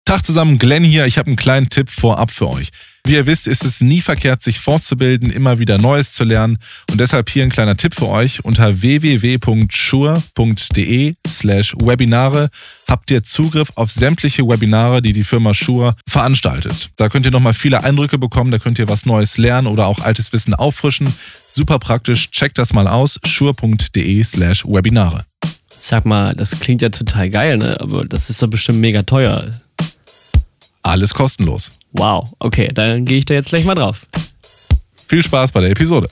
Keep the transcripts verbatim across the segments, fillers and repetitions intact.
Tag zusammen, Glenn hier. Ich habe einen kleinen Tipp vorab für euch. Wie ihr wisst, ist es nie verkehrt, sich fortzubilden, immer wieder Neues zu lernen. Und deshalb hier ein kleiner Tipp für euch. Unter w w w punkt shure punkt d e slash Webinare habt ihr Zugriff auf sämtliche Webinare, die die Firma Shure veranstaltet. Da könnt ihr nochmal viele Eindrücke bekommen, da könnt ihr was Neues lernen oder auch altes Wissen auffrischen. Super praktisch, checkt das mal aus. shure punkt d e slash Webinare. Sag mal, das klingt ja total geil, ne? Aber das ist doch bestimmt mega teuer. Alles kostenlos. Wow, okay, dann gehe ich da jetzt gleich mal drauf. Viel Spaß bei der Episode.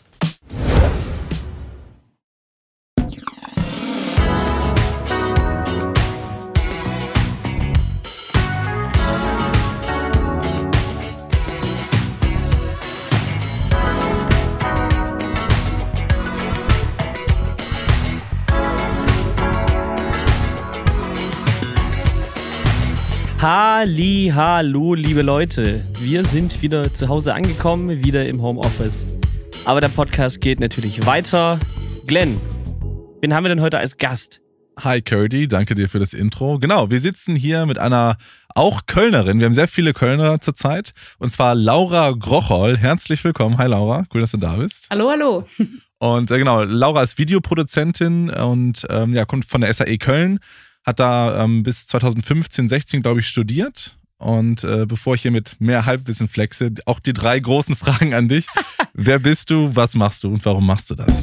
Halli, hallo, liebe Leute. Wir sind wieder zu Hause angekommen, wieder im Homeoffice. Aber der Podcast geht natürlich weiter. Glenn, wen haben wir denn heute als Gast? Hi Curdy, danke dir für das Intro. Genau, wir sitzen hier mit einer auch Kölnerin. Wir haben sehr viele Kölner zurzeit. Und zwar Laura Grochol. Herzlich willkommen. Hi Laura, cool, dass du da bist. Hallo, hallo. Und äh, genau, Laura ist Videoproduzentin und ähm, ja, kommt von der S A E Köln. Hat da ähm, bis zwanzig fünfzehn, sechzehn, glaube ich, studiert. Und äh, bevor ich hier mit mehr Halbwissen flexe, auch die drei großen Fragen an dich. Wer bist du, was machst du und warum machst du das?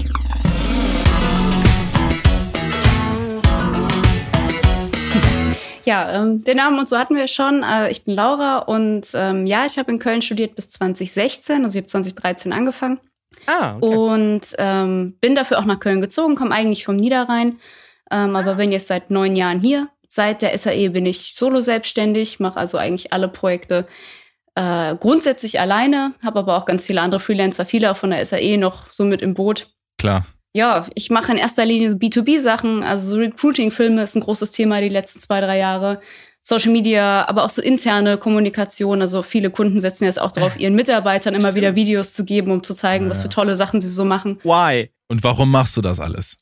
Ja, ähm, den Namen und so hatten wir schon. Äh, ich bin Laura und ähm, ja, ich habe in Köln studiert bis zwanzig sechzehn. Also ich habe zwanzig dreizehn angefangen. Ah, okay. Und ähm, bin dafür auch nach Köln gezogen, komme eigentlich vom Niederrhein. Ähm, aber bin jetzt seit neun Jahren hier. Seit der S A E bin ich solo selbstständig, mache also eigentlich alle Projekte äh, grundsätzlich alleine, habe aber auch ganz viele andere Freelancer, viele auch von der S A E noch so mit im Boot. Klar. Ja, ich mache in erster Linie B zwei B-Sachen, also so Recruiting-Filme ist ein großes Thema die letzten zwei, drei Jahre. Social Media, aber auch so interne Kommunikation. Also viele Kunden setzen jetzt auch darauf, ihren Mitarbeitern immer wieder Videos zu geben, um zu zeigen, ja, was für tolle Sachen sie so machen. Why? Und warum machst du das alles?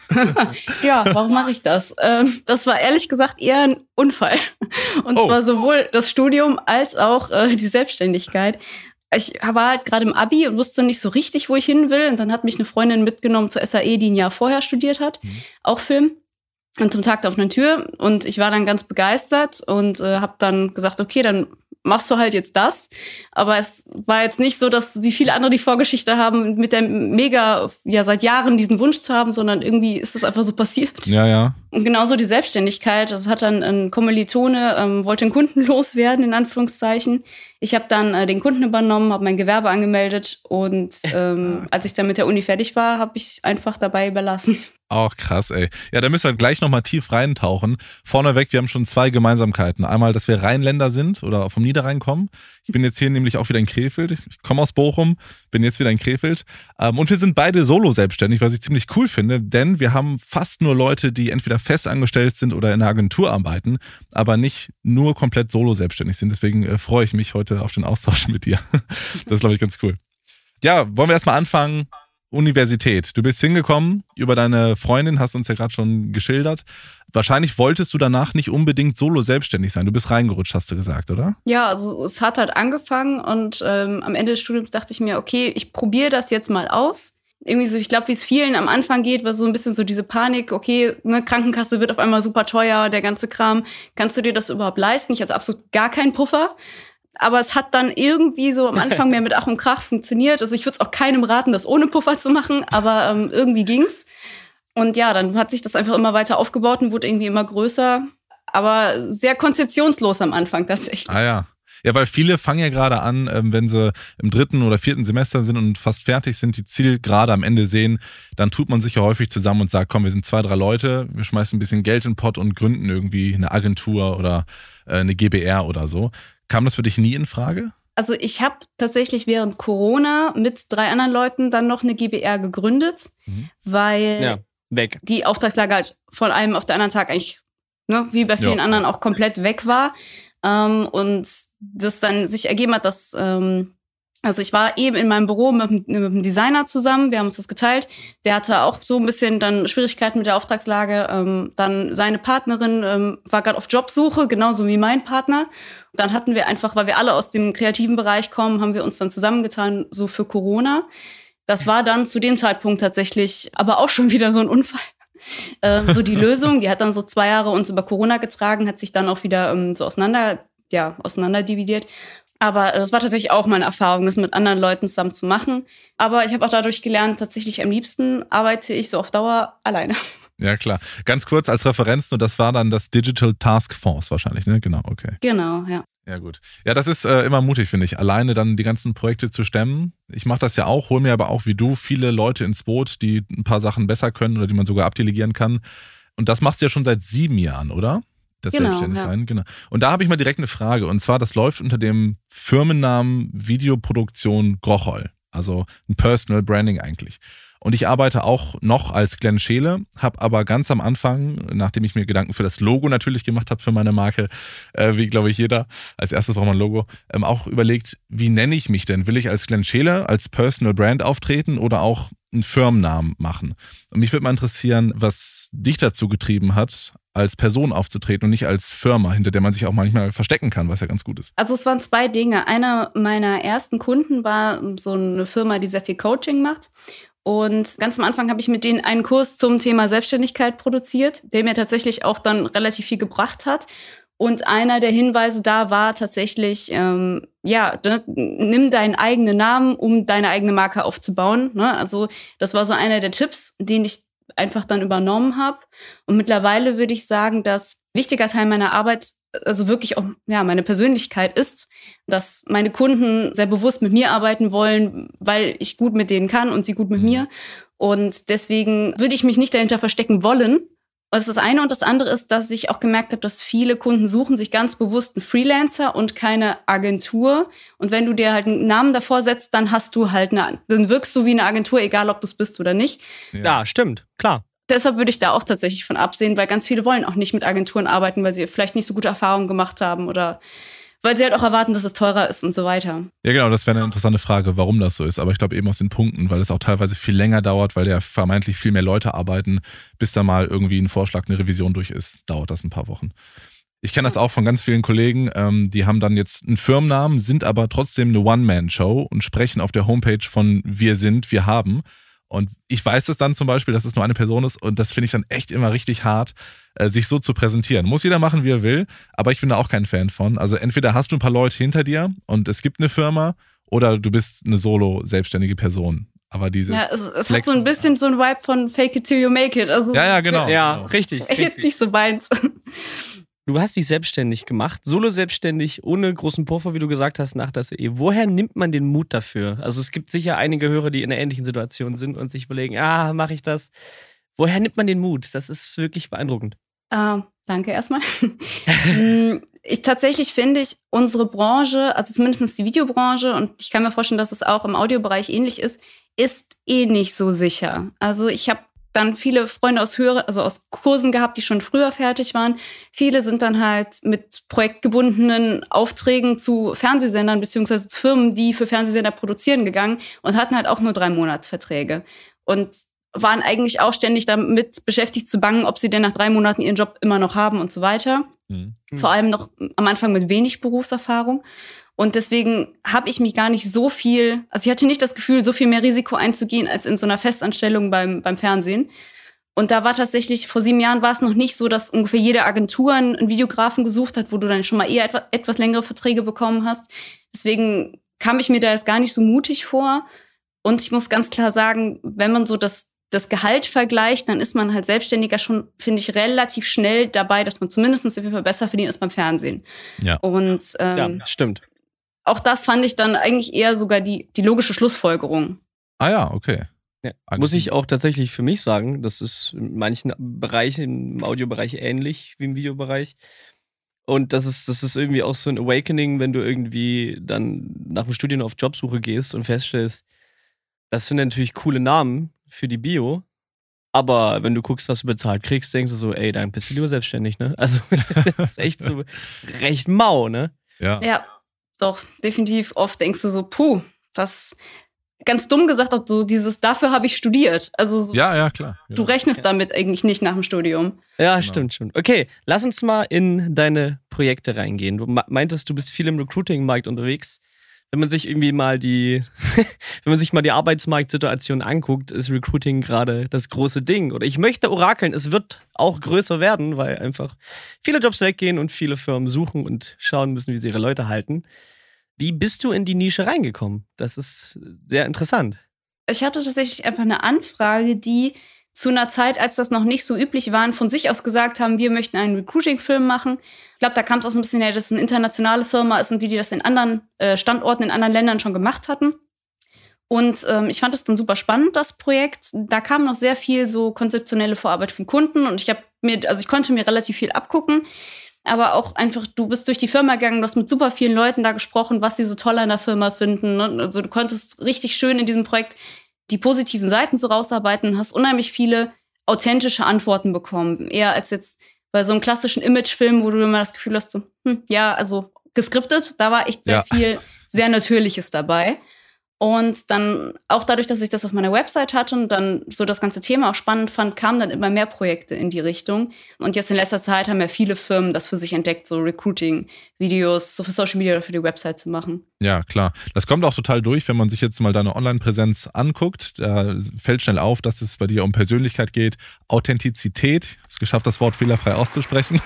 Ja, warum mache ich das? Ähm, das war ehrlich gesagt eher ein Unfall. Und oh. zwar sowohl das Studium als auch äh, die Selbstständigkeit. Ich war halt gerade im Abi und wusste nicht so richtig, wo ich hin will. Und dann hat mich eine Freundin mitgenommen zur S A E, die ein Jahr vorher studiert hat, mhm. auch Film. Und zum Tag der offenen Tür. Und ich war dann ganz begeistert und äh, habe dann gesagt, okay, dann machst du halt jetzt das. Aber es war jetzt nicht so, dass wie viele andere die Vorgeschichte haben, mit der mega, ja, seit Jahren diesen Wunsch zu haben, sondern irgendwie ist das einfach so passiert. Ja, ja. Und genauso die Selbstständigkeit. Das hat dann ein Kommilitone, ähm, wollte einen Kunden loswerden, in Anführungszeichen. Ich habe dann äh, den Kunden übernommen, habe mein Gewerbe angemeldet und ähm, als ich dann mit der Uni fertig war, habe ich einfach dabei überlassen. Auch krass, ey. Ja, da müssen wir gleich nochmal tief reintauchen. Vorneweg, wir haben schon zwei Gemeinsamkeiten. Einmal, dass wir Rheinländer sind oder vom Niederrhein kommen. Ich bin jetzt hier nämlich auch wieder in Krefeld. Ich komme aus Bochum, bin jetzt wieder in Krefeld. Und wir sind beide solo selbstständig, was ich ziemlich cool finde, denn wir haben fast nur Leute, die entweder fest angestellt sind oder in einer Agentur arbeiten, aber nicht nur komplett solo selbstständig sind. Deswegen äh, freue ich mich heute auf den Austausch mit dir. Das ist, glaube ich, ganz cool. Ja, wollen wir erstmal anfangen? Universität. Du bist hingekommen über deine Freundin, hast uns ja gerade schon geschildert. Wahrscheinlich wolltest du danach nicht unbedingt solo selbstständig sein. Du bist reingerutscht, hast du gesagt, oder? Ja, also es hat halt angefangen und ähm, am Ende des Studiums dachte ich mir, okay, ich probiere das jetzt mal aus. Irgendwie so, ich glaube, wie es vielen am Anfang geht, war so ein bisschen so diese Panik, okay, ne, Krankenkasse wird auf einmal super teuer, der ganze Kram. Kannst du dir das überhaupt leisten? Ich hatte absolut gar keinen Puffer. Aber es hat dann irgendwie so am Anfang mehr mit Ach und Krach funktioniert. Also ich würde es auch keinem raten, das ohne Puffer zu machen, aber ähm, irgendwie ging's. Und ja, dann hat sich das einfach immer weiter aufgebaut und wurde irgendwie immer größer. Aber sehr konzeptionslos am Anfang tatsächlich. Ah ja. Ja, weil viele fangen ja gerade an, wenn sie im dritten oder vierten Semester sind und fast fertig sind, die Zielgerade am Ende sehen, dann tut man sich ja häufig zusammen und sagt, komm, wir sind zwei, drei Leute, wir schmeißen ein bisschen Geld in den Pott und gründen irgendwie eine Agentur oder eine G B R oder so. Kam das für dich nie in Frage? Also ich habe tatsächlich während Corona mit drei anderen Leuten dann noch eine G B R gegründet, mhm. weil ja, weg. die Auftragslage halt von einem auf den anderen Tag eigentlich, ne, wie bei vielen ja. anderen, auch komplett weg war. Ähm, und das dann sich ergeben hat, dass ähm, Also ich war eben in meinem Büro mit, mit einem Designer zusammen, wir haben uns das geteilt. Der hatte auch so ein bisschen dann Schwierigkeiten mit der Auftragslage. Ähm, dann seine Partnerin ähm, war gerade auf Jobsuche, genauso wie mein Partner. Dann hatten wir einfach, weil wir alle aus dem kreativen Bereich kommen, haben wir uns dann zusammengetan, so für Corona. Das war dann zu dem Zeitpunkt tatsächlich aber auch schon wieder so ein Unfall. Ähm, so die Lösung, die hat dann so zwei Jahre uns über Corona getragen, hat sich dann auch wieder ähm, so auseinander, ja, auseinanderdividiert. Aber das war tatsächlich auch meine Erfahrung, das mit anderen Leuten zusammen zu machen. Aber ich habe auch dadurch gelernt, tatsächlich am liebsten arbeite ich so auf Dauer alleine. Ja, klar. Ganz kurz als Referenz, nur das war dann das Digital Task Force wahrscheinlich, ne? Genau, okay. Genau, ja. Ja, gut. Ja, das ist äh, immer mutig, finde ich, alleine dann die ganzen Projekte zu stemmen. Ich mache das ja auch, hole mir aber auch wie du viele Leute ins Boot, die ein paar Sachen besser können oder die man sogar abdelegieren kann. Und das machst du ja schon seit sieben Jahren, oder? Das Genau, Selbstständigsein, ja. Genau. Und da habe ich mal direkt eine Frage. Und zwar, das läuft unter dem Firmennamen Videoproduktion Grochol. Also ein Personal Branding eigentlich. Und ich arbeite auch noch als Glenn Scheele, habe aber ganz am Anfang, nachdem ich mir Gedanken für das Logo natürlich gemacht habe für meine Marke, äh, wie glaube ich jeder, als erstes braucht man ein Logo, ähm, auch überlegt, wie nenne ich mich denn? Will ich als Glenn Scheele, als Personal Brand auftreten oder auch einen Firmennamen machen? Und mich würde mal interessieren, was dich dazu getrieben hat, als Person aufzutreten und nicht als Firma, hinter der man sich auch manchmal verstecken kann, was ja ganz gut ist. Also es waren zwei Dinge. Einer meiner ersten Kunden war so eine Firma, die sehr viel Coaching macht. Und ganz am Anfang habe ich mit denen einen Kurs zum Thema Selbstständigkeit produziert, der mir tatsächlich auch dann relativ viel gebracht hat. Und einer der Hinweise da war tatsächlich, ähm, ja, nimm deinen eigenen Namen, um deine eigene Marke aufzubauen. Ne? Also das war so einer der Tipps, den ich einfach dann übernommen habe. Und mittlerweile würde ich sagen, dass ein wichtiger Teil meiner Arbeit, also wirklich auch ja meine Persönlichkeit ist, dass meine Kunden sehr bewusst mit mir arbeiten wollen, weil ich gut mit denen kann und sie gut mit mir. Und deswegen würde ich mich nicht dahinter verstecken wollen. Das ist das eine. Und das andere ist, dass ich auch gemerkt habe, dass viele Kunden suchen sich ganz bewusst einen Freelancer und keine Agentur. Und wenn du dir halt einen Namen davor setzt, dann hast du halt eine, dann wirkst du wie eine Agentur, egal ob du es bist oder nicht. Ja, ja, stimmt, klar. Deshalb würde ich da auch tatsächlich von absehen, weil ganz viele wollen auch nicht mit Agenturen arbeiten, weil sie vielleicht nicht so gute Erfahrungen gemacht haben oder weil sie halt auch erwarten, dass es teurer ist und so weiter. Ja, genau, das wäre eine interessante Frage, warum das so ist. Aber ich glaube eben aus den Punkten, weil es auch teilweise viel länger dauert, weil ja vermeintlich viel mehr Leute arbeiten, bis da mal irgendwie ein Vorschlag, eine Revision durch ist, dauert das ein paar Wochen. Ich kenne das auch von ganz vielen Kollegen, ähm, die haben dann jetzt einen Firmennamen, sind aber trotzdem eine One-Man-Show und sprechen auf der Homepage von Wir sind, wir haben. Und ich weiß es dann zum Beispiel, dass es nur eine Person ist und das finde ich dann echt immer richtig hart, äh, sich so zu präsentieren. Muss jeder machen, wie er will, aber ich bin da auch kein Fan von. Also entweder hast du ein paar Leute hinter dir und es gibt eine Firma oder du bist eine solo-selbstständige Person. Aber dieses ja, es, es hat so ein bisschen so ein Vibe von Fake it till you make it. Also ja, ja, genau. Ja, genau. richtig. Jetzt richtig. Nicht so meins. Du hast dich selbstständig gemacht, solo-selbstständig, ohne großen Puffer, wie du gesagt hast, nach der Ehe. Woher nimmt man den Mut dafür? Also es gibt sicher einige Hörer, die in einer ähnlichen Situation sind und sich überlegen, ah, mache ich das? Woher nimmt man den Mut? Das ist wirklich beeindruckend. Uh, danke erstmal. ich tatsächlich finde ich, unsere Branche, also zumindest die Videobranche, und ich kann mir vorstellen, dass es auch im Audiobereich ähnlich ist, ist eh nicht so sicher. Also ich habe dann viele Freunde aus höhere, also aus Kursen gehabt, die schon früher fertig waren. Viele sind dann halt mit projektgebundenen Aufträgen zu Fernsehsendern beziehungsweise zu Firmen, die für Fernsehsender produzieren, gegangen und hatten halt auch nur drei Monatsverträge. Und waren eigentlich auch ständig damit beschäftigt zu bangen, ob sie denn nach drei Monaten ihren Job immer noch haben und so weiter. Mhm. Vor allem noch am Anfang mit wenig Berufserfahrung. Und deswegen habe ich mich gar nicht so viel, also ich hatte nicht das Gefühl, so viel mehr Risiko einzugehen, als in so einer Festanstellung beim, beim Fernsehen. Und da war tatsächlich, vor sieben Jahren war es noch nicht so, dass ungefähr jede Agentur einen Videografen gesucht hat, wo du dann schon mal eher etwa, etwas längere Verträge bekommen hast. Deswegen kam ich mir da jetzt gar nicht so mutig vor. Und ich muss ganz klar sagen, wenn man so das, das Gehalt vergleicht, dann ist man halt Selbstständiger schon, finde ich, relativ schnell dabei, dass man zumindest auf jeden Fall besser verdient als beim Fernsehen. Ja. Und ähm, ja, stimmt. Auch das fand ich dann eigentlich eher sogar die, die logische Schlussfolgerung. Ah ja, okay. Ja, muss ich auch tatsächlich für mich sagen, das ist in manchen Bereichen, im Audiobereich ähnlich wie im Videobereich. Und das ist, das ist irgendwie auch so ein Awakening, wenn du irgendwie dann nach dem Studium auf Jobsuche gehst und feststellst, das sind natürlich coole Namen für die Bio, aber wenn du guckst, was du bezahlt kriegst, denkst du so, ey, dann bist du lieber selbstständig, ne? Also das ist echt so recht mau, ne? Ja. Ja. Doch, definitiv. Oft denkst du so, puh, das ganz dumm gesagt auch so dieses, dafür habe ich studiert. Also so, ja, ja, klar. Ja. Du rechnest damit eigentlich nicht nach dem Studium. Ja, genau. Stimmt, Genau. stimmt. Okay, lass uns mal in deine Projekte reingehen. Du meintest, du bist viel im Recruiting-Markt unterwegs. Wenn man sich irgendwie mal die, wenn man sich mal die Arbeitsmarktsituation anguckt, ist Recruiting gerade das große Ding. Oder ich möchte orakeln, es wird auch größer werden, weil einfach viele Jobs weggehen und viele Firmen suchen und schauen müssen, wie sie ihre Leute halten. Wie bist du in die Nische reingekommen? Das ist sehr interessant. Ich hatte tatsächlich einfach eine Anfrage, die zu einer Zeit, als das noch nicht so üblich war, von sich aus gesagt haben, wir möchten einen Recruiting-Film machen. Ich glaube, da kam es auch so ein bisschen her, dass es eine internationale Firma ist und die, die das in anderen äh, Standorten, in anderen Ländern schon gemacht hatten. Und ähm, ich fand es dann super spannend, das Projekt. Da kam noch sehr viel so konzeptionelle Vorarbeit vom Kunden und ich habe mir, also ich konnte mir relativ viel abgucken. Aber auch einfach, du bist durch die Firma gegangen, du hast mit super vielen Leuten da gesprochen, was sie so toll an der Firma finden. Ne? Also du konntest richtig schön in diesem Projekt die positiven Seiten so rausarbeiten, hast unheimlich viele authentische Antworten bekommen. Eher als jetzt bei so einem klassischen Imagefilm, wo du immer das Gefühl hast, so, hm, ja, also geskriptet, da war echt sehr ja. viel sehr Natürliches dabei. Und dann auch dadurch, dass ich das auf meiner Website hatte und dann so das ganze Thema auch spannend fand, kamen dann immer mehr Projekte in die Richtung. Und jetzt in letzter Zeit haben ja viele Firmen das für sich entdeckt, so Recruiting-Videos so für Social Media oder für die Website zu machen. Ja, klar. Das kommt auch total durch, wenn man sich jetzt mal deine Online-Präsenz anguckt. Da fällt schnell auf, dass es bei dir um Persönlichkeit geht, Authentizität. Ich habe es geschafft, das Wort fehlerfrei auszusprechen.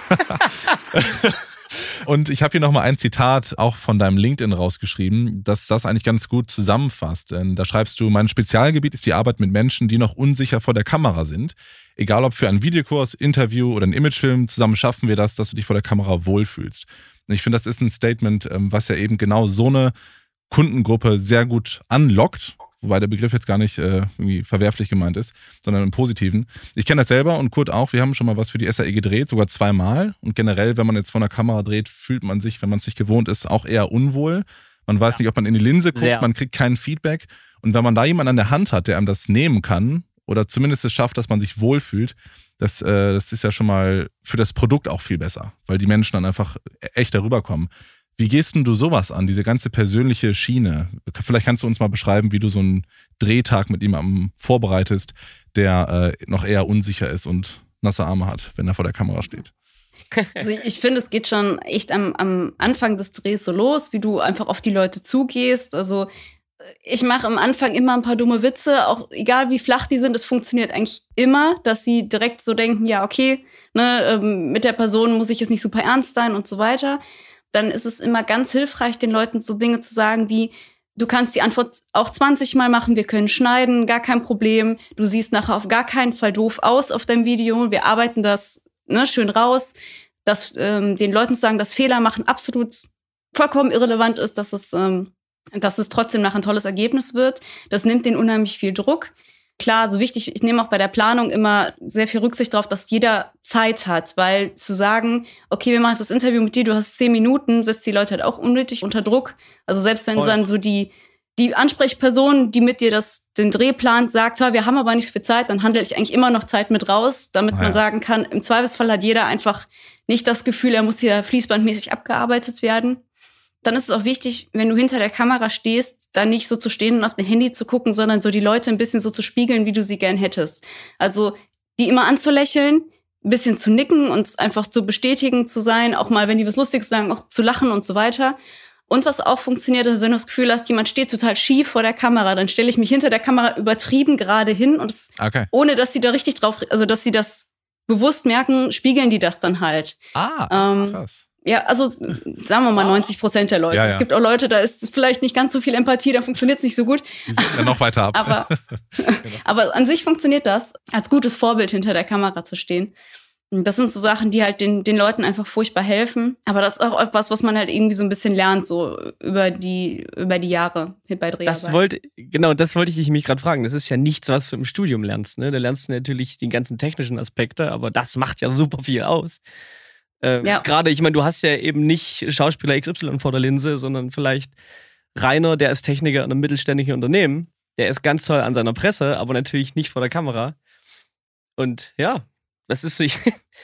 Und ich habe hier nochmal ein Zitat auch von deinem LinkedIn rausgeschrieben, das das eigentlich ganz gut zusammenfasst. Denn da schreibst du, mein Spezialgebiet ist die Arbeit mit Menschen, die noch unsicher vor der Kamera sind. Egal ob für einen Videokurs, Interview oder einen Imagefilm, zusammen schaffen wir das, dass du dich vor der Kamera wohlfühlst. Und ich finde, das ist ein Statement, was ja eben genau so eine Kundengruppe sehr gut anlockt. Wobei der Begriff jetzt gar nicht äh, irgendwie verwerflich gemeint ist, sondern im Positiven. Ich kenne das selber und Kurt auch. Wir haben schon mal was für die S A E gedreht, sogar zweimal. Und generell, wenn man jetzt vor einer Kamera dreht, fühlt man sich, wenn man es nicht gewohnt ist, auch eher unwohl. Man weiß ja. nicht, ob man in die Linse guckt, Sehr. man kriegt kein Feedback. Und wenn man da jemanden an der Hand hat, der einem das nehmen kann oder zumindest es schafft, dass man sich wohlfühlt, das, äh, das ist ja schon mal für das Produkt auch viel besser, weil die Menschen dann einfach echt darüber kommen. Wie gehst denn du sowas an, diese ganze persönliche Schiene? Vielleicht kannst du uns mal beschreiben, wie du so einen Drehtag mit jemandem vorbereitest, der äh, noch eher unsicher ist und nasse Arme hat, wenn er vor der Kamera steht. Also ich finde, es geht schon echt am, am Anfang des Drehs so los, wie du einfach auf die Leute zugehst. Also ich mache am Anfang immer ein paar dumme Witze, auch egal wie flach die sind, es funktioniert eigentlich immer, dass sie direkt so denken, ja okay, ne, ähm, mit der Person muss ich jetzt nicht super ernst sein und so weiter. Dann ist es immer ganz hilfreich, den Leuten so Dinge zu sagen wie, du kannst die Antwort auch zwanzig Mal machen, wir können schneiden, gar kein Problem. Du siehst nachher auf gar keinen Fall doof aus auf deinem Video. Wir arbeiten das ne, schön raus, dass ähm, den Leuten zu sagen, dass Fehler machen absolut vollkommen irrelevant ist, dass es, ähm, dass es trotzdem nachher ein tolles Ergebnis wird. Das nimmt denen unheimlich viel Druck. Klar, so wichtig, ich nehme auch bei der Planung immer sehr viel Rücksicht darauf, dass jeder Zeit hat, weil zu sagen, okay, wir machen jetzt das Interview mit dir, du hast zehn Minuten, setzt die Leute halt auch unnötig unter Druck. Also selbst wenn dann so die, die Ansprechperson, die mit dir das, den Dreh plant, sagt, wir haben aber nicht so viel Zeit, dann handle ich eigentlich immer noch Zeit mit raus, damit ah, man ja. sagen kann, im Zweifelsfall hat jeder einfach nicht das Gefühl, er muss hier fließbandmäßig abgearbeitet werden. Dann ist es auch wichtig, wenn du hinter der Kamera stehst, da nicht so zu stehen und auf dein Handy zu gucken, sondern so die Leute ein bisschen so zu spiegeln, wie du sie gern hättest. Also die immer anzulächeln, ein bisschen zu nicken und einfach zu bestätigen zu sein, auch mal, wenn die was Lustiges sagen, auch zu lachen und so weiter. Und was auch funktioniert, ist, wenn du das Gefühl hast, jemand steht total schief vor der Kamera, dann stelle ich mich hinter der Kamera übertrieben gerade hin und das, okay. ohne dass sie da richtig drauf, also dass sie das bewusst merken, spiegeln die das dann halt. Ah, ähm, krass. Ja, also sagen wir mal neunzig Prozent der Leute. Ja, ja. Es gibt auch Leute, da ist vielleicht nicht ganz so viel Empathie, da funktioniert es nicht so gut. Die sind ja noch weiter ab. aber, genau. aber an sich funktioniert das, als gutes Vorbild hinter der Kamera zu stehen. Das sind so Sachen, die halt den, den Leuten einfach furchtbar helfen. Aber das ist auch etwas, was man halt irgendwie so ein bisschen lernt, so über die, über die Jahre bei Dreharbeit. Das wollte, genau, das wollte ich dich mich gerade fragen. Das ist ja nichts, was du im Studium lernst. Ne? Da lernst du natürlich die ganzen technischen Aspekte, aber das macht ja super viel aus. Ähm, ja. Gerade, ich meine, du hast ja eben nicht Schauspieler X Y vor der Linse, sondern vielleicht Rainer, der ist Techniker in einem mittelständischen Unternehmen. Der ist ganz toll an seiner Presse, aber natürlich nicht vor der Kamera. Und ja, das ist, das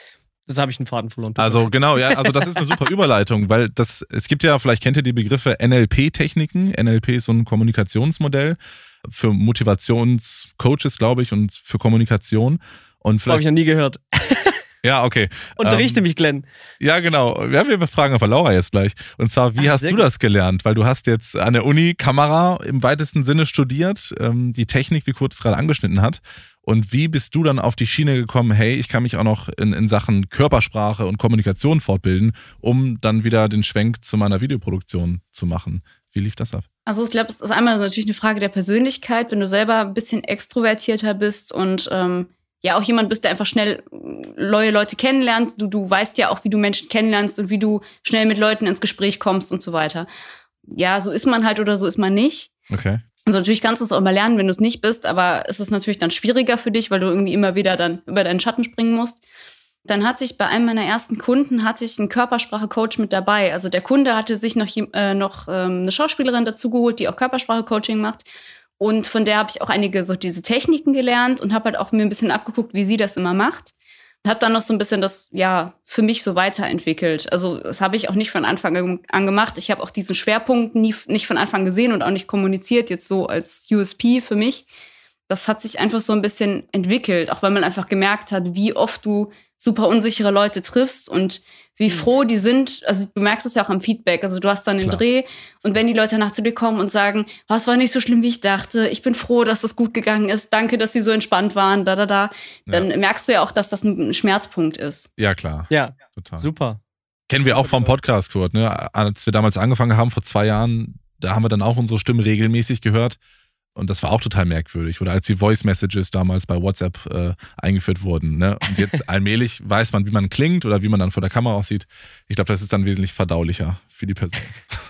Jetzt habe ich einen Faden verloren. Also genau, ja, also das ist eine super Überleitung, weil das, es gibt ja, vielleicht kennt ihr die Begriffe N L P-Techniken. N L P ist so ein Kommunikationsmodell für Motivationscoaches, glaube ich, und für Kommunikation. Und vielleicht habe ich noch nie gehört. Ja, okay. Unterrichte ähm, mich, Glenn. Ja, genau. Ja, wir fragen einfach Laura jetzt gleich. Und zwar, wie Ach, hast du das gelernt? Weil du hast jetzt an der Uni Kamera im weitesten Sinne studiert, ähm, die Technik, wie Kurt es gerade angeschnitten hat. Und wie bist du dann auf die Schiene gekommen, hey, ich kann mich auch noch in, in Sachen Körpersprache und Kommunikation fortbilden, um dann wieder den Schwenk zu meiner Videoproduktion zu machen? Wie lief das ab? Also ich glaube, es ist einmal natürlich eine Frage der Persönlichkeit, wenn du selber ein bisschen extrovertierter bist und ähm, ja auch jemand bist, der einfach schnell neue Leute kennenlernt. Du, du weißt ja auch, wie du Menschen kennenlernst und wie du schnell mit Leuten ins Gespräch kommst und so weiter. Ja, so ist man halt oder so ist man nicht. Okay. Also natürlich kannst du es auch mal lernen, wenn du es nicht bist, aber es ist natürlich dann schwieriger für dich, weil du irgendwie immer wieder dann über deinen Schatten springen musst. Dann hatte ich bei einem meiner ersten Kunden hatte ich einen Körpersprache-Coach mit dabei. Also der Kunde hatte sich noch, äh, noch ähm, eine Schauspielerin dazugeholt, die auch Körpersprache-Coaching macht. Und von der habe ich auch einige so diese Techniken gelernt und habe halt auch mir ein bisschen abgeguckt, wie sie das immer macht. Habe dann noch so ein bisschen das, ja, für mich so weiterentwickelt. Also das habe ich auch nicht von Anfang an gemacht. Ich habe auch diesen Schwerpunkt nie, nicht von Anfang gesehen und auch nicht kommuniziert, jetzt so als U S P für mich. Das hat sich einfach so ein bisschen entwickelt, auch weil man einfach gemerkt hat, wie oft du super unsichere Leute triffst und wie froh die sind. Also du merkst es ja auch am Feedback. Also du hast dann den Klar. Dreh und wenn die Leute nach zu dir kommen und sagen, oh, es war nicht so schlimm, wie ich dachte, ich bin froh, dass das gut gegangen ist, danke, dass sie so entspannt waren, da, da, da, dann ja. merkst du ja auch, dass das ein Schmerzpunkt ist. Ja, klar. Ja, total. Super. Kennen wir auch vom Podcast, Kurt, ne? Als wir damals angefangen haben, vor zwei Jahren, da haben wir dann auch unsere Stimmen regelmäßig gehört. Und das war auch total merkwürdig. Oder als die Voice Messages damals bei WhatsApp äh, eingeführt wurden. Ne? Und jetzt allmählich weiß man, wie man klingt oder wie man dann vor der Kamera aussieht. Ich glaube, das ist dann wesentlich verdaulicher für die Person.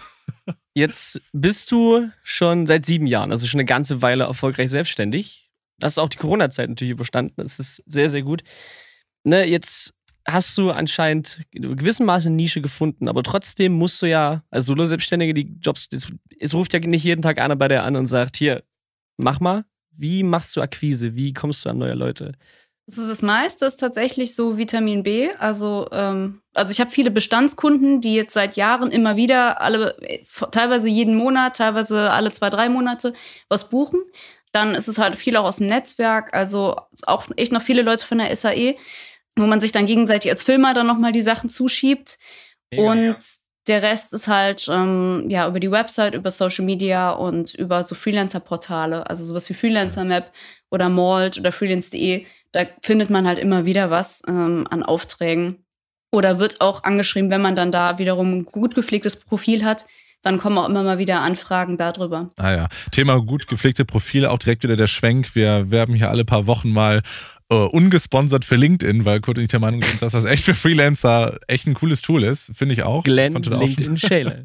Jetzt bist du schon seit sieben Jahren, also schon eine ganze Weile erfolgreich selbstständig. Hast auch die Corona-Zeit natürlich überstanden. Das ist sehr, sehr gut. Ne, jetzt hast du anscheinend in gewissem Maße eine Nische gefunden, aber trotzdem musst du ja als Solo-Selbstständige die Jobs, es, es ruft ja nicht jeden Tag einer bei der an und sagt, hier, mach mal. Wie machst du Akquise? Wie kommst du an neue Leute? Also das meiste ist tatsächlich so Vitamin B. Also, ähm, also ich habe viele Bestandskunden, die jetzt seit Jahren immer wieder, alle teilweise jeden Monat, teilweise alle zwei, drei Monate was buchen. Dann ist es halt viel auch aus dem Netzwerk, also auch echt noch viele Leute von der S A E, wo man sich dann gegenseitig als Filmer dann nochmal die Sachen zuschiebt. Mega, und ja. Der Rest ist halt ähm, ja über die Website, über Social Media und über so Freelancer-Portale, also sowas wie Freelancer Map oder Malt oder freelance punkt de. Da findet man halt immer wieder was ähm, an Aufträgen. Oder wird auch angeschrieben, wenn man dann da wiederum ein gut gepflegtes Profil hat, dann kommen auch immer mal wieder Anfragen darüber. Ah ja, Thema gut gepflegte Profile, auch direkt wieder der Schwenk. Wir werben hier alle paar Wochen mal äh, ungesponsert für LinkedIn, weil Kurt und ich der Meinung sind, dass das echt für Freelancer echt ein cooles Tool ist. Finde ich auch. Glenn, LinkedIn, Schäle.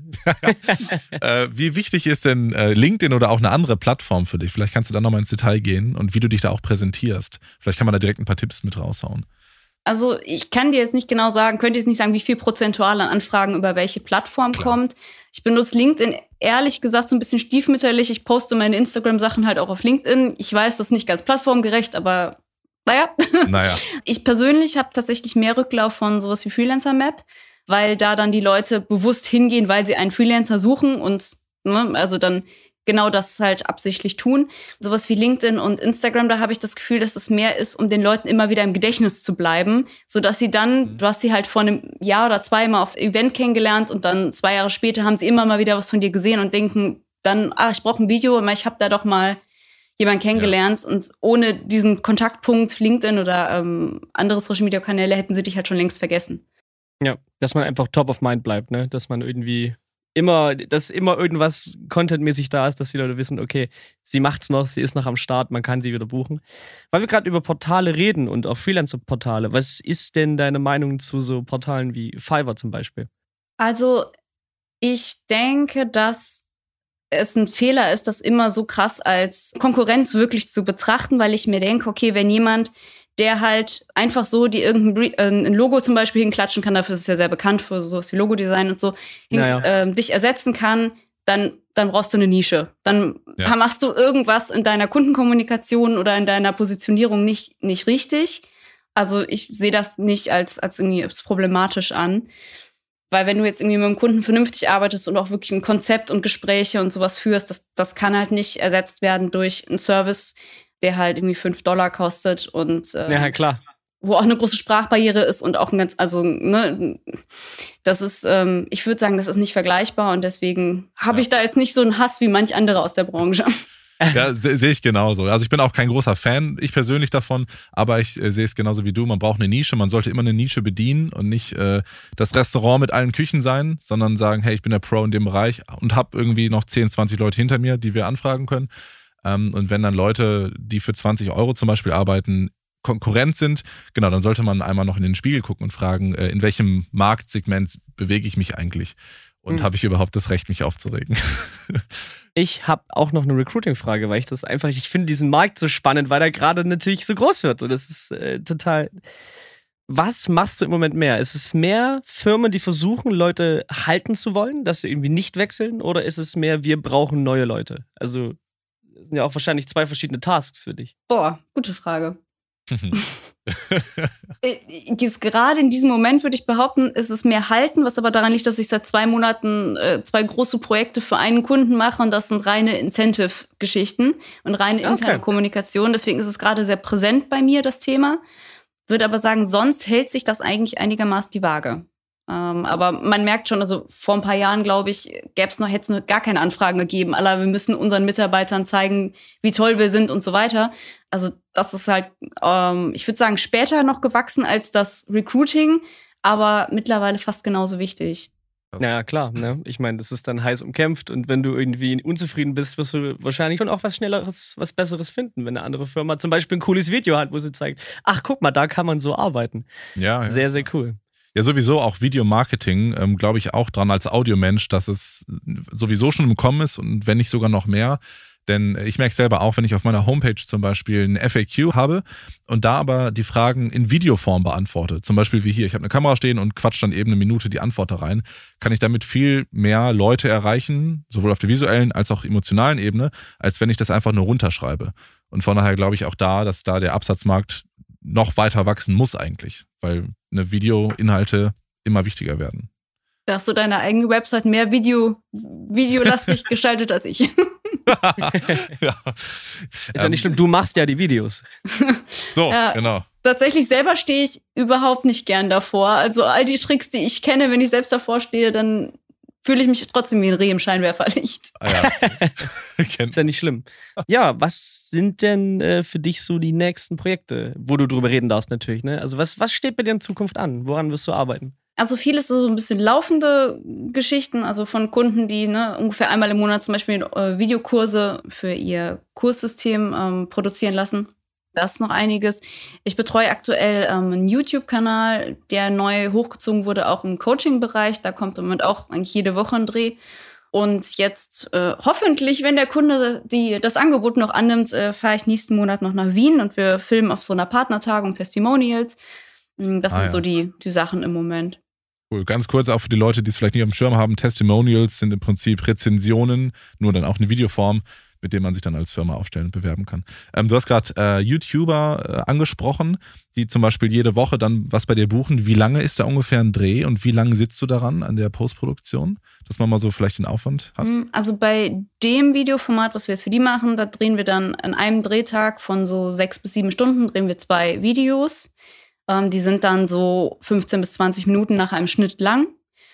äh, wie wichtig ist denn äh, LinkedIn oder auch eine andere Plattform für dich? Vielleicht kannst du da nochmal ins Detail gehen und wie du dich da auch präsentierst. Vielleicht kann man da direkt ein paar Tipps mit raushauen. Also ich kann dir jetzt nicht genau sagen, könnte jetzt nicht sagen, wie viel prozentual an Anfragen über welche Plattform Klar. kommt. Ich benutze LinkedIn ehrlich gesagt so ein bisschen stiefmütterlich. Ich poste meine Instagram-Sachen halt auch auf LinkedIn. Ich weiß, das ist nicht ganz plattformgerecht, aber naja. naja. Ich persönlich habe tatsächlich mehr Rücklauf von sowas wie Freelancer Map, weil da dann die Leute bewusst hingehen, weil sie einen Freelancer suchen und ne, also dann genau das halt absichtlich tun. Sowas wie LinkedIn und Instagram, da habe ich das Gefühl, dass es mehr ist, um den Leuten immer wieder im Gedächtnis zu bleiben, sodass sie dann, mhm. du hast sie halt vor einem Jahr oder zwei mal auf Event kennengelernt und dann zwei Jahre später haben sie immer mal wieder was von dir gesehen und denken dann, ah, ich brauche ein Video, aber ich habe da doch mal jemanden kennengelernt ja. und ohne diesen Kontaktpunkt LinkedIn oder ähm, andere Social-Media-Kanäle hätten sie dich halt schon längst vergessen. Ja, dass man einfach top of mind bleibt, ne? Dass man irgendwie immer, dass immer irgendwas contentmäßig da ist, dass die Leute wissen, okay, sie macht's noch, sie ist noch am Start, man kann sie wieder buchen. Weil wir gerade über Portale reden und auch Freelancer-Portale, was ist denn deine Meinung zu so Portalen wie Fiverr zum Beispiel? Also, ich denke, dass es ein Fehler ist, das immer so krass als Konkurrenz wirklich zu betrachten, weil ich mir denke, okay, wenn jemand, der halt einfach so die irgendein äh, ein Logo zum Beispiel hinklatschen kann, dafür ist es ja sehr bekannt für sowas wie Logodesign und so, hin, ja, ja. Äh, dich ersetzen kann, dann, dann brauchst du eine Nische. Dann ja. machst du irgendwas in deiner Kundenkommunikation oder in deiner Positionierung nicht, nicht richtig. Also ich sehe das nicht als, als irgendwie als problematisch an. Weil wenn du jetzt irgendwie mit dem Kunden vernünftig arbeitest und auch wirklich ein Konzept und Gespräche und sowas führst, das, das kann halt nicht ersetzt werden durch einen Service, der halt irgendwie fünf Dollar kostet und äh, Ja, klar. wo auch eine große Sprachbarriere ist und auch ein ganz, also, ne, das ist, ähm, ich würde sagen, das ist nicht vergleichbar und deswegen habe Ja. ich da jetzt nicht so einen Hass wie manch andere aus der Branche. Ja, se- sehe ich genauso. Also ich bin auch kein großer Fan, ich persönlich davon, aber ich äh, sehe es genauso wie du. Man braucht eine Nische, man sollte immer eine Nische bedienen und nicht äh, das Restaurant mit allen Küchen sein, sondern sagen, hey, ich bin der Pro in dem Bereich und habe irgendwie noch zehn, zwanzig Leute hinter mir, die wir anfragen können. Ähm, und wenn dann Leute, die für zwanzig Euro zum Beispiel arbeiten, Konkurrent sind, genau, dann sollte man einmal noch in den Spiegel gucken und fragen, äh, in welchem Marktsegment bewege ich mich eigentlich und Mhm. habe ich überhaupt das Recht, mich aufzuregen? Ich habe auch noch eine Recruiting-Frage, weil ich das einfach, ich finde diesen Markt so spannend, weil er gerade natürlich so groß wird. Und das ist äh, total. Was machst du im Moment mehr? Ist es mehr Firmen, die versuchen, Leute halten zu wollen, dass sie irgendwie nicht wechseln? Oder ist es mehr, wir brauchen neue Leute? Also, das sind ja auch wahrscheinlich zwei verschiedene Tasks für dich. Boah, gute Frage. Äh, Jetzt gerade in diesem Moment würde ich behaupten, ist es mehr halten, was aber daran liegt, dass ich seit zwei Monaten äh, zwei große Projekte für einen Kunden mache und das sind reine Incentive-Geschichten und reine interne Okay. Kommunikation. Deswegen ist es gerade sehr präsent bei mir, das Thema. Würde aber sagen, sonst hält sich das eigentlich einigermaßen die Waage. Ähm, aber man merkt schon, also vor ein paar Jahren, glaube ich, gäbe es noch, hätte es noch gar keine Anfragen gegeben. Aller, wir müssen unseren Mitarbeitern zeigen, wie toll wir sind und so weiter. Also das ist halt, ähm, ich würde sagen, später noch gewachsen als das Recruiting, aber mittlerweile fast genauso wichtig. Ja, klar, ne? Ich meine, das ist dann heiß umkämpft und wenn du irgendwie unzufrieden bist, wirst du wahrscheinlich schon auch was Schnelleres, was Besseres finden, wenn eine andere Firma zum Beispiel ein cooles Video hat, wo sie zeigt, ach, guck mal, da kann man so arbeiten. Ja, ja. Sehr, sehr cool. Ja, sowieso auch Videomarketing, ähm, glaube ich auch dran als Audiomensch, dass es sowieso schon im Kommen ist und wenn nicht sogar noch mehr. Denn ich merke selber auch, wenn ich auf meiner Homepage zum Beispiel ein F A Q habe und da aber die Fragen in Videoform beantworte, zum Beispiel wie hier, ich habe eine Kamera stehen und quatsch dann eben eine Minute die Antwort da rein, kann ich damit viel mehr Leute erreichen, sowohl auf der visuellen als auch emotionalen Ebene, als wenn ich das einfach nur runterschreibe. Und von daher glaube ich auch da, dass da der Absatzmarkt noch weiter wachsen muss eigentlich, weil eine Videoinhalte immer wichtiger werden. Da hast du deine eigene Website mehr Video, videolastig gestaltet als ich. Ja. Ist ja nicht schlimm, du machst ja die Videos. So, Ja. genau. Tatsächlich selber stehe ich überhaupt nicht gern davor. Also all die Tricks, die ich kenne, wenn ich selbst davor stehe, dann fühle ich mich trotzdem wie ein Reh im Scheinwerferlicht. Ah, ja. Kennt- Ist ja nicht schlimm. Ja, was sind denn äh, für dich so die nächsten Projekte, wo du drüber reden darfst natürlich, ne? Also was, was steht bei dir in Zukunft an? Woran wirst du arbeiten? Also vieles so ein bisschen laufende Geschichten, also von Kunden, die ne, ungefähr einmal im Monat zum Beispiel äh, Videokurse für ihr Kurssystem ähm, produzieren lassen. Das ist noch einiges. Ich betreue aktuell ähm, einen YouTube-Kanal, der neu hochgezogen wurde, auch im Coaching-Bereich. Da kommt im Moment auch eigentlich jede Woche ein Dreh. Und jetzt äh, hoffentlich, wenn der Kunde die, das Angebot noch annimmt, äh, fahre ich nächsten Monat noch nach Wien und wir filmen auf so einer Partnertagung Testimonials. Das Ah, sind ja. so die, die Sachen im Moment. Cool. Ganz kurz auch für die Leute, die es vielleicht nicht auf dem Schirm haben, Testimonials sind im Prinzip Rezensionen, nur dann auch eine Videoform, mit dem man sich dann als Firma aufstellen und bewerben kann. Ähm, du hast gerade äh, YouTuber äh, angesprochen, die zum Beispiel jede Woche dann was bei dir buchen. Wie lange ist da ungefähr ein Dreh und wie lange sitzt du daran an der Postproduktion, dass man mal so vielleicht den Aufwand hat? Also bei dem Videoformat, was wir jetzt für die machen, da drehen wir dann an einem Drehtag von so sechs bis sieben Stunden, drehen wir zwei Videos. Ähm, die sind dann so fünfzehn bis zwanzig Minuten nach einem Schnitt lang.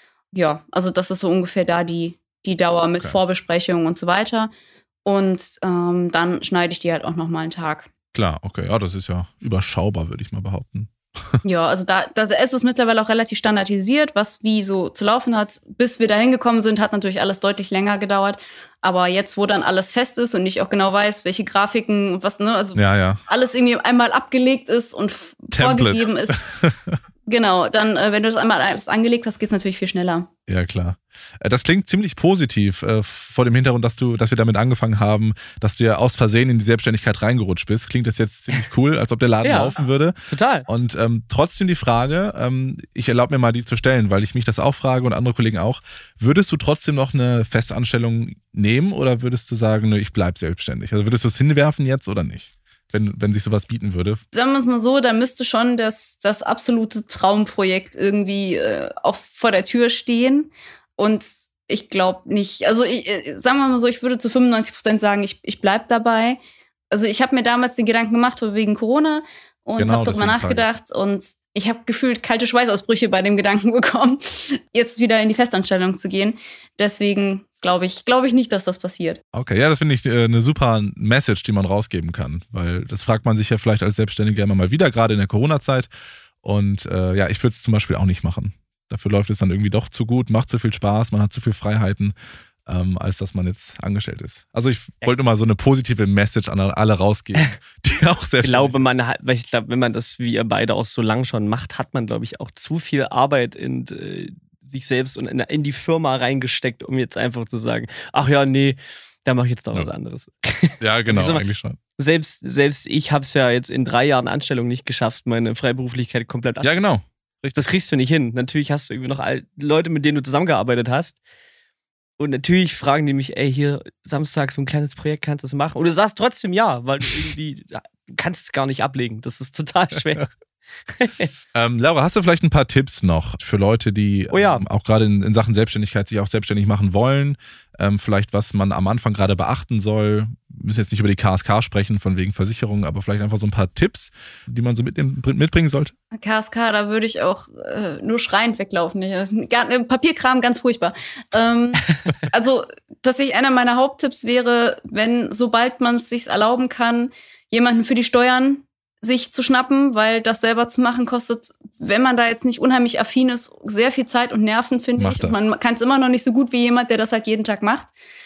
Ja, also das ist so ungefähr da die, die Dauer mit Okay. Vorbesprechungen und so weiter. Und ähm, dann schneide ich die halt auch noch mal einen Tag. Klar, okay, ja, das ist ja überschaubar, würde ich mal behaupten. Ja, also da das ist es mittlerweile auch relativ standardisiert, was wie so zu laufen hat. Bis wir da hingekommen sind, hat natürlich alles deutlich länger gedauert. Aber jetzt, wo dann alles fest ist und ich auch genau weiß, welche Grafiken und was, ne, also Ja, ja. alles irgendwie einmal abgelegt ist und f- Templates. vorgegeben ist. Genau, dann, äh, wenn du das einmal alles angelegt hast, geht es natürlich viel schneller. Ja, klar. Äh, Das klingt ziemlich positiv äh, vor dem Hintergrund, dass du, dass wir damit angefangen haben, dass du ja aus Versehen in die Selbstständigkeit reingerutscht bist. Klingt das jetzt ziemlich cool, als ob der Laden Ja. laufen würde. Total. Und ähm, trotzdem die Frage, ähm, ich erlaube mir mal die zu stellen, weil ich mich das auch frage und andere Kollegen auch. Würdest du trotzdem noch eine Festanstellung nehmen oder würdest du sagen, nö, ich bleib selbstständig? Also würdest du es hinwerfen jetzt oder nicht? wenn, wenn sich sowas bieten würde? Sagen wir es mal so, da müsste schon das, das absolute Traumprojekt irgendwie äh, auch vor der Tür stehen. Und ich glaube nicht, also ich, äh, sagen wir mal so, ich würde zu fünfundneunzig Prozent sagen, ich, ich bleib dabei. Also ich habe mir damals den Gedanken gemacht, wegen Corona und Genau, habe darüber deswegen nachgedacht und ich habe gefühlt kalte Schweißausbrüche bei dem Gedanken bekommen, jetzt wieder in die Festanstellung zu gehen. Deswegen glaube ich, glaube ich nicht, dass das passiert. Okay, ja, das finde ich äh, eine super Message, die man rausgeben kann, weil das fragt man sich ja vielleicht als Selbstständiger immer mal wieder, gerade in der Corona-Zeit. Und äh, ja, ich würde es zum Beispiel auch nicht machen. Dafür läuft es dann irgendwie doch zu gut, macht zu viel Spaß, man hat zu viel Freiheiten, ähm, als dass man jetzt angestellt ist. Also ich wollte mal so eine positive Message an alle rausgeben, die auch selbstständig. Ich glaube, man hat, weil ich glaube, wenn man das wie ihr beide auch so lang schon macht, hat man, glaube ich, auch zu viel Arbeit in äh, sich selbst und in, in die Firma reingesteckt, um jetzt einfach zu sagen, ach ja, nee, da mache ich jetzt doch was anderes. Ja, genau, Also, eigentlich schon. Selbst, selbst ich habe es ja jetzt in drei Jahren Anstellung nicht geschafft, meine Freiberuflichkeit komplett ab. Ja, genau. Richtig. Das kriegst du nicht hin. Natürlich hast du irgendwie noch all- Leute, mit denen du zusammengearbeitet hast. Und natürlich fragen die mich, ey, hier Samstag so ein kleines Projekt, kannst du das machen? Und du sagst trotzdem ja, weil du irgendwie du kannst es gar nicht ablegen. Das ist total schwer. ähm, Laura, hast du vielleicht ein paar Tipps noch für Leute, die oh ja. ähm, auch gerade in, in Sachen Selbstständigkeit sich auch selbstständig machen wollen? Ähm, vielleicht, was man am Anfang gerade beachten soll? Wir müssen jetzt nicht über die K S K sprechen, von wegen Versicherungen, aber vielleicht einfach so ein paar Tipps, die man so mitnehmen, mitbringen sollte? K S K, da würde ich auch äh, nur schreiend weglaufen. Gar, Papierkram, ganz furchtbar. Ähm, also, dass ich einer meiner Haupttipps wäre, wenn, sobald man es sich erlauben kann, jemanden für die Steuern sich zu schnappen, weil das selber zu machen kostet, wenn man da jetzt nicht unheimlich affin ist, sehr viel Zeit und Nerven, finde ich. Und man kann es immer noch nicht so gut wie jemand, der das halt jeden Tag macht.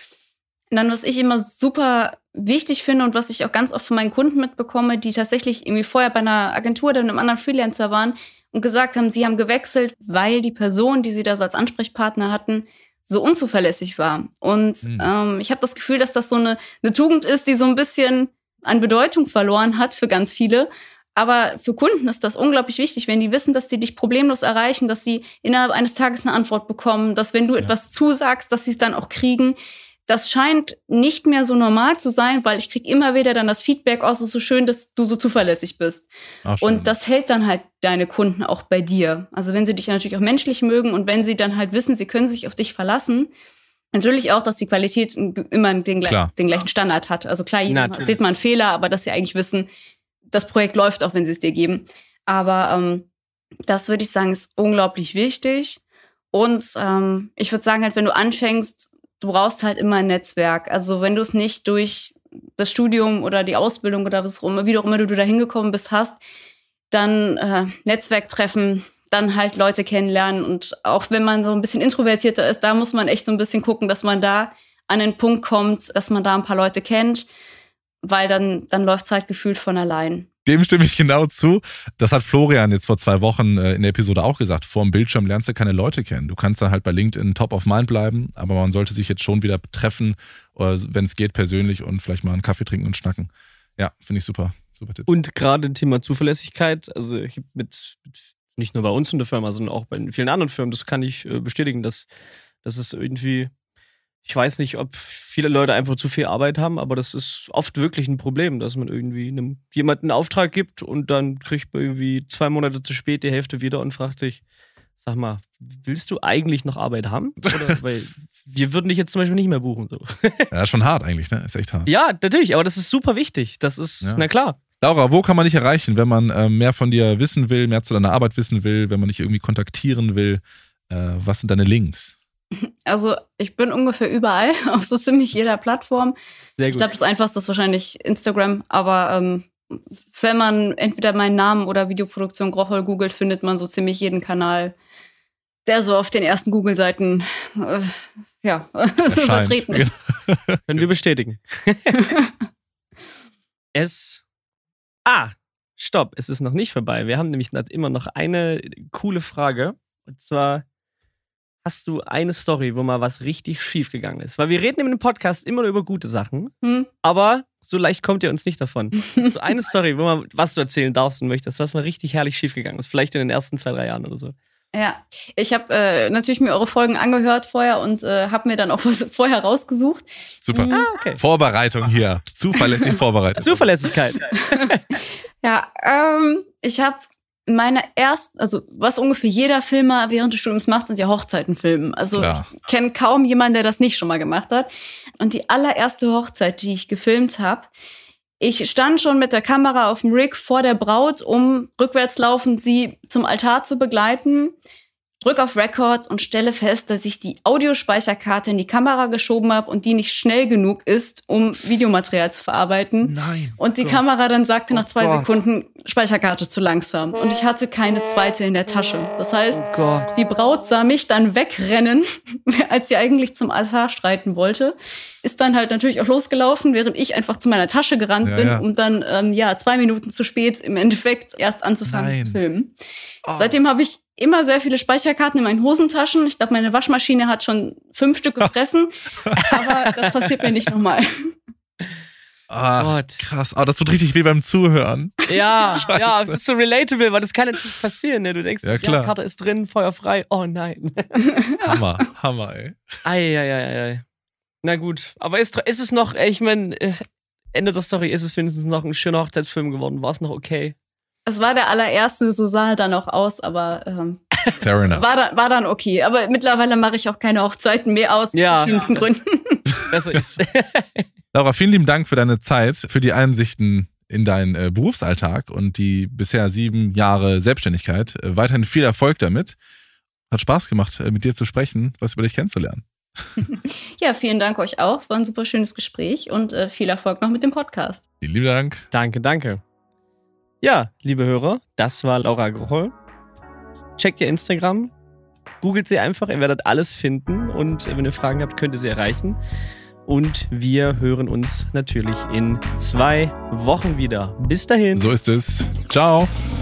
Und dann, was ich immer super wichtig finde und was ich auch ganz oft von meinen Kunden mitbekomme, die tatsächlich irgendwie vorher bei einer Agentur oder einem anderen Freelancer waren und gesagt haben, sie haben gewechselt, weil die Person, die sie da so als Ansprechpartner hatten, so unzuverlässig war. Und mhm. ähm, ich habe das Gefühl, dass das so eine, eine Tugend ist, die so ein bisschen an Bedeutung verloren hat für ganz viele. Aber für Kunden ist das unglaublich wichtig, wenn die wissen, dass die dich problemlos erreichen, dass sie innerhalb eines Tages eine Antwort bekommen, dass wenn du ja. etwas zusagst, dass sie es dann auch kriegen. Das scheint nicht mehr so normal zu sein, weil ich kriege immer wieder dann das Feedback, oh, es ist so schön, dass du so zuverlässig bist. Ach, und das hält dann halt deine Kunden auch bei dir. Also wenn sie dich natürlich auch menschlich mögen und wenn sie dann halt wissen, sie können sich auf dich verlassen. Natürlich auch, dass die Qualität immer den, gle- den gleichen Standard hat. Also klar, jeder sieht mal einen Fehler, aber dass sie eigentlich wissen, das Projekt läuft auch, wenn sie es dir geben. Aber ähm, das würde ich sagen, ist unglaublich wichtig. Und ähm, ich würde sagen, halt, wenn du anfängst, du brauchst halt immer ein Netzwerk. Also wenn du es nicht durch das Studium oder die Ausbildung oder was auch immer, wie auch immer du da hingekommen bist, hast, dann äh, Netzwerktreffen, dann halt Leute kennenlernen. Und auch wenn man so ein bisschen introvertierter ist, da muss man echt so ein bisschen gucken, dass man da an den Punkt kommt, dass man da ein paar Leute kennt, weil dann, dann läuft es halt gefühlt von allein. Dem stimme ich genau zu. Das hat Florian jetzt vor zwei Wochen in der Episode auch gesagt. Vor dem Bildschirm lernst du keine Leute kennen. Du kannst dann halt bei LinkedIn top of mind bleiben, aber man sollte sich jetzt schon wieder treffen, oder wenn es geht, persönlich und vielleicht mal einen Kaffee trinken und schnacken. Ja, finde ich super. Super Tipps. Und gerade Thema Zuverlässigkeit, also ich habe mit, mit nicht nur bei uns in der Firma, sondern auch bei vielen anderen Firmen, das kann ich äh, bestätigen, dass, dass es irgendwie, ich weiß nicht, ob viele Leute einfach zu viel Arbeit haben, aber das ist oft wirklich ein Problem, dass man irgendwie einem, jemanden einen Auftrag gibt und dann kriegt man irgendwie zwei Monate zu spät die Hälfte wieder und fragt sich, sag mal, willst du eigentlich noch Arbeit haben? Oder, weil wir würden dich jetzt zum Beispiel nicht mehr buchen. So. Ja, schon hart eigentlich, ne? Ist echt hart. Ja, natürlich, aber das ist super wichtig. Das ist, ja. na klar. Laura, wo kann man dich erreichen, wenn man äh, mehr von dir wissen will, mehr zu deiner Arbeit wissen will, wenn man dich irgendwie kontaktieren will? Äh, was sind deine Links? Also ich bin ungefähr überall, auf so ziemlich jeder Plattform. Sehr gut. Ich glaube, das Einfachste ist wahrscheinlich Instagram, aber ähm, wenn man entweder meinen Namen oder Videoproduktion Grochol googelt, findet man so ziemlich jeden Kanal, der so auf den ersten Google-Seiten äh, ja, so vertreten ist. Können wir bestätigen. es Ah, stopp, es ist noch nicht vorbei. Wir haben nämlich immer noch eine coole Frage. Und zwar, hast du eine Story, wo mal was richtig schief gegangen ist? Weil wir reden in dem Podcast immer nur über gute Sachen, hm. aber so leicht kommt ihr uns nicht davon. Hast du eine Story, wo man was du erzählen darfst und möchtest, was mal richtig herrlich schief gegangen ist? Vielleicht in den ersten zwei, drei Jahren oder so. Ja, ich habe äh, natürlich mir eure Folgen angehört vorher und äh, habe mir dann auch was vorher rausgesucht. Super. Mhm. Ah, okay. Vorbereitung hier. Zuverlässig vorbereitet. Zuverlässigkeit. Ja, ähm, ich habe meine ersten, also was ungefähr jeder Filmer während des Studiums macht, sind ja Hochzeiten filmen. Also Klar. ich kenne kaum jemanden, der das nicht schon mal gemacht hat. Und die allererste Hochzeit, die ich gefilmt habe, ich stand schon mit der Kamera auf dem Rig vor der Braut, um rückwärts laufend sie zum Altar zu begleiten. Drück auf Record und stelle fest, dass ich die Audiospeicherkarte in die Kamera geschoben habe und die nicht schnell genug ist, um Videomaterial zu verarbeiten. Nein. Und die Gott. Kamera dann sagte nach Oh zwei Gott. Sekunden, Speicherkarte zu langsam. Und ich hatte keine zweite in der Tasche. Das heißt, Oh Gott. die Braut sah mich dann wegrennen, als sie eigentlich zum Altar streiten wollte. Ist dann halt natürlich auch losgelaufen, während ich einfach zu meiner Tasche gerannt Ja, bin, ja. um dann ähm, ja zwei Minuten zu spät im Endeffekt erst anzufangen Nein. zu filmen. Oh. Seitdem habe ich immer sehr viele Speicherkarten in meinen Hosentaschen. Ich glaube, meine Waschmaschine hat schon fünf Stück gefressen. Aber das passiert mir nicht nochmal. Ah, Gott. krass. Ah, das tut richtig weh beim Zuhören. Ja, Scheiße. ja, es ist so relatable, weil das kann natürlich passieren. Ne? Du denkst, Ja, ja, klar. Karte ist drin, Feuer frei. Oh nein. Hammer, Hammer, ey. Eieiei. Na gut, aber ist, ist es noch, ich meine, Ende der Story, ist es wenigstens noch ein schöner Hochzeitsfilm geworden? War es noch okay? Es war der allererste, so sah er dann auch aus, aber ähm, Fair enough. war, dann, war dann okay. Aber mittlerweile mache ich auch keine Hochzeiten mehr aus Ja. verschiedensten Gründen. Besser ist. Laura, vielen lieben Dank für deine Zeit, für die Einsichten in deinen äh, Berufsalltag und die bisher sieben Jahre Selbstständigkeit. Äh, weiterhin viel Erfolg damit. Hat Spaß gemacht, äh, mit dir zu sprechen, was über dich kennenzulernen. Ja, vielen Dank euch auch. Es war ein super schönes Gespräch und äh, viel Erfolg noch mit dem Podcast. Vielen lieben Dank. Danke, danke. Ja, liebe Hörer, das war Laura Grochol. Checkt ihr Instagram, googelt sie einfach, ihr werdet alles finden und wenn ihr Fragen habt, könnt ihr sie erreichen. Und wir hören uns natürlich in zwei Wochen wieder. Bis dahin. So ist es. Ciao.